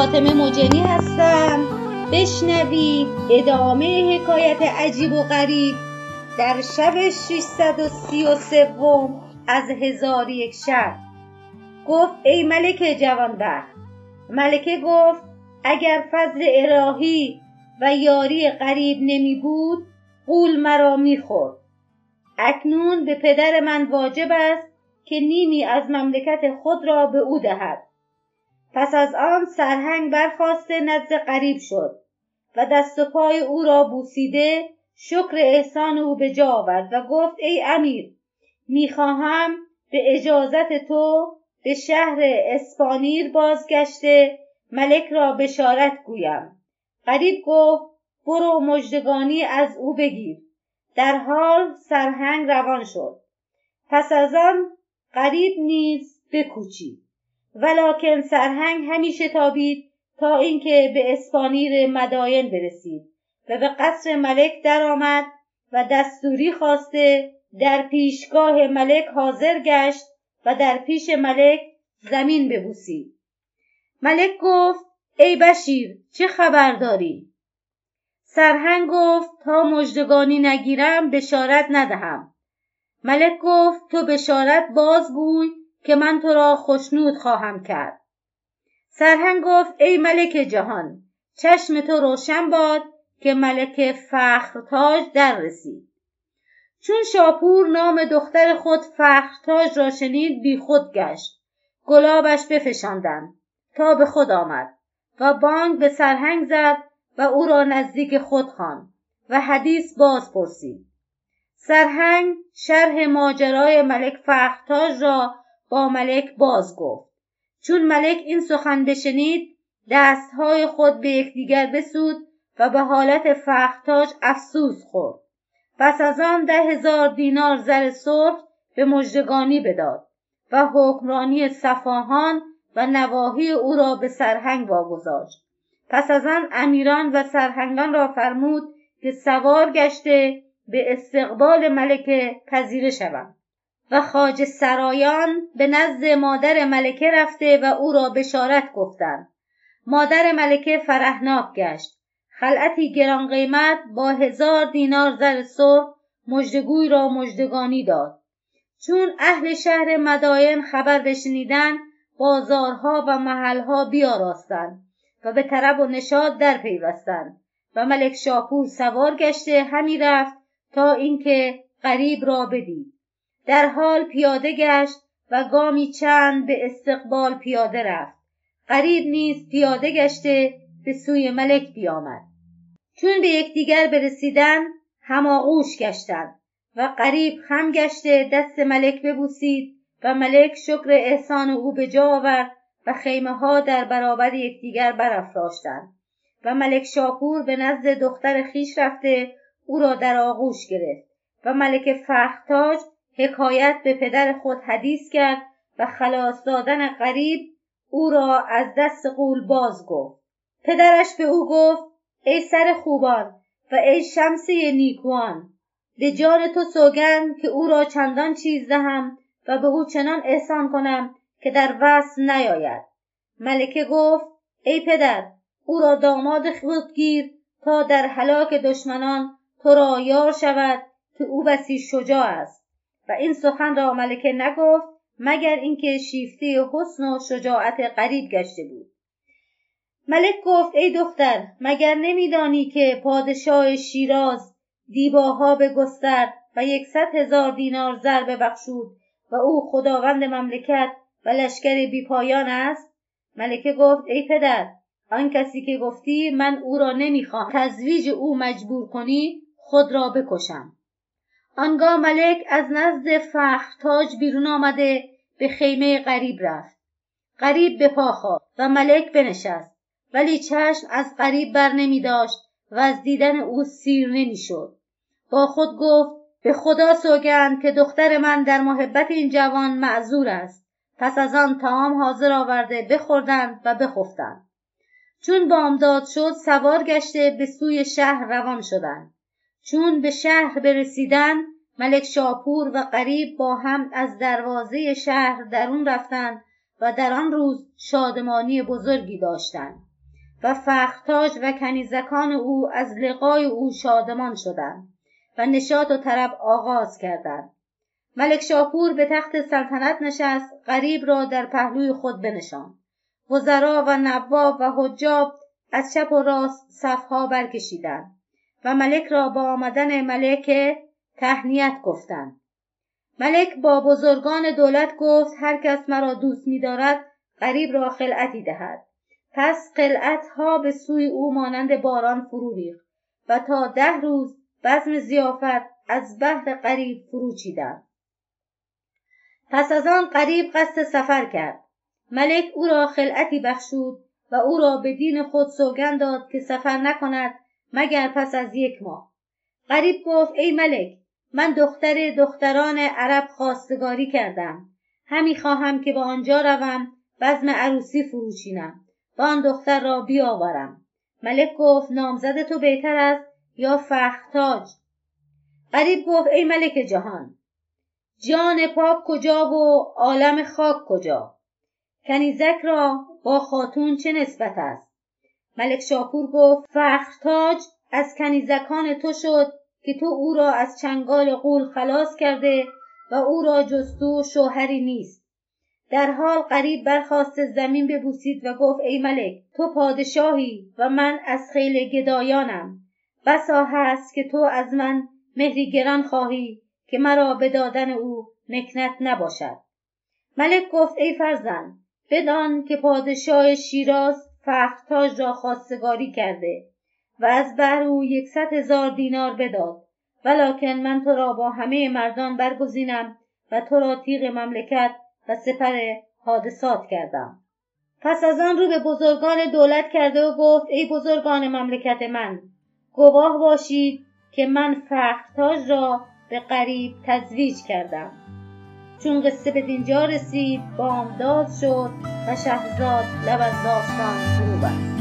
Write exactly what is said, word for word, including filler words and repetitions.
فاطمه مجنی هستم. بشنوید ادامه حکایت عجیب و غریب در شب ششصد و سی و سوم از هزار و یک شب. گفت ای ملک جوانبخت. ملکه گفت اگر فضل الهی و یاری غریب نمی بود غول مرا می خورد. اکنون به پدر من واجب است که نیمی از مملکت خود را به او دهد. پس از آن سرهنگ برخاسته نزد غریب شد و دست و پای او را بوسیده شکر احسان او به جا آورد و گفت ای امیر، میخواهم به اجازت تو به شهر اسپانیر بازگشته ملک را بشارت گویم. غریب گفت برو مژدگانی از او بگیر. در حال سرهنگ روان شد. پس از آن غریب نیز بکوچید، ولکن سرهنگ همیشه تابید تا اینکه به اسپانیر مداین برسید و به قصر ملک درآمد و دستوری خواسته در پیشگاه ملک حاضر گشت و در پیش ملک زمین ببوسید. ملک گفت ای بشیر چه خبر داری؟ سرهنگ گفت تا مژدگانی نگیرم بشارت ندهم. ملک گفت تو بشارت بازگوی که من تو را خشنود خواهم کرد. سرهنگ گفت ای ملک جهان، چشم تو روشن باد که ملک فخرتاج در رسید. چون شاپور نام دختر خود فخرتاج را شنید بی خود گشت. گلابش بفشاندند تا به خود آمد و بانگ به سرهنگ زد و او را نزدیک خود خواند و حدیث باز پرسید. سرهنگ شرح ماجرای ملک فخرتاج را با ملک باز گفت. چون ملک این سخن بشنید دستهای خود به یکدیگر بسود و به حالت فخرتاج افسوس خورد. پس از آن ده هزار دینار زر سرخ به مژدگانی بداد و حکمرانی صفاهان و نواحی او را به سرهنگ واگذاشت. پس از آن امیران و سرهنگان را فرمود که سوار گشته به استقبال ملکه پذیره شوند و خواجه سرایان به نزد مادر ملکه رفته و او را بشارت گفتند. مادر ملکه فرحناک گشت. خلعتی گران قیمت با هزار دینار زر سرخ مژدگوی را مژدگانی داد. چون اهل شهر مداین خبر بشنیدند بازارها و محلها بیاراستند و به طرب و نشاط در پیوستند و ملک شاپور سوار گشته همی رفت تا اینکه غریب را بدید. در حال پیاده گشت و گامی چند به استقبال پیاده رفت. غریب نیز پیاده گشته به سوی ملک بیامد. چون به یکدیگر برسیدند هماغوش گشتند و غریب خم گشته دست ملک ببوسید و ملک شکر احسان او به جا آورد و خیمه ها در برابر یکدیگر برافراشتند و ملک شاپور به نزد دختر خیش رفته او را در آغوش گرفت و ملک فخرتاج حکایت به پدر خود حدیث کرد و خلاص دادن غریب او را از دست غول باز گفت. پدرش به او گفت ای سر خوبان و ای شمسه نیکوان، به جان تو سوگند که او را چندان چیز دهم و به او چنان احسان کنم که در وصف نیاید. ملکه گفت ای پدر، او را داماد خود گیر تا در هلاک دشمنان تو را یار شود که او بسی شجاع است. و این سخن را ملکه نگفت مگر اینکه شیفته حسن و شجاعت غریب گشته بود. ملک گفت ای دختر، مگر نمیدانی که پادشاه شیراز دیباها بگسترد و یکصد هزار دینار زر ببخشود و او خداوند مملکت و لشکر بی پایان است؟ ملکه گفت ای پدر، آن کسی که گفتی من او را نمیخوام تزویج او مجبور کنی خود را بکشم. آنگاه ملک از نزد فخرتاج بیرون آمده به خیمه غریب رفت. غریب به پا خاست و ملک بنشست، ولی چشم از غریب بر نمی داشت و از دیدن او سیر نمی شد. با خود گفت به خدا سوگند که دختر من در محبت این جوان معذور است. پس از آن طعام حاضر آورده بخوردند و بخفتند. چون بامداد شد سوار گشته به سوی شهر روان شدند. چون به شهر برسیدند ملک شاپور و غریب با هم از دروازه شهر درون رفتند و در آن روز شادمانی بزرگی داشتند. و فخرتاج و کنیزکان او از لقای او شادمان شدند و نشاط و طرب آغاز کردند. ملک شاپور به تخت سلطنت نشست، غریب را در پهلوی خود بنشاند. وزرا و نواب و حجاب از چپ و راست صفها برکشیدند و ملک را با آمدن ملک تهنیت گفتند. ملک با بزرگان دولت گفت هر کس مرا دوست می دارد غریب را خلعتی دهد. پس خلعتها به سوی او مانند باران فرو ریخت و تا ده روز بزم ضیافت از بهر غریب فرو چیدند. پس از آن غریب قصد سفر کرد. ملک او را خلعتی بخشود و او را به دین خود سوگند داد که سفر نکند مگر پس از یک ماه. غریب گفت ای ملک، من دختر دختران عرب خواستگاری کردم. همی خواهم که به آنجا روم، بزم عروسی فرو چینم و آن دختر را بیاورم. ملک گفت نامزد تو بهتر است یا فخرتاج؟ غریب گفت ای ملک جهان، جان پاک کجا و عالم خاک کجا؟ کنیزک را با خاتون چه نسبت است؟ ملک شاپور گفت فخرتاج از کنیزکان تو شد که تو او را از چنگال غول خلاص کرده و او را جز تو شوهری نیست. در حال غریب برخاست زمین ببوسید و گفت ای ملک، تو پادشاهی و من از خیل گدایانم. بسا هست که تو از من مهری گران خواهی که مرا به دادن او مکنت نباشد. ملک گفت ای فرزند، بدان که پادشاه شیراز فخرتاج را خواستگاری کرده و از بهر او یکصد هزار دینار بداد، ولکن من تو را با همه مردان برگزینم و تو را تیغ مملکت و سپر حادثات کردم. پس از آن رو به بزرگان دولت کرده و گفت ای بزرگان مملکت من، گواه باشید که من فخرتاج را به غریب تزویج کردم. چون قصه به دینجا رسید، بامداد شد و شهرزاد لب از داستان فرو بست.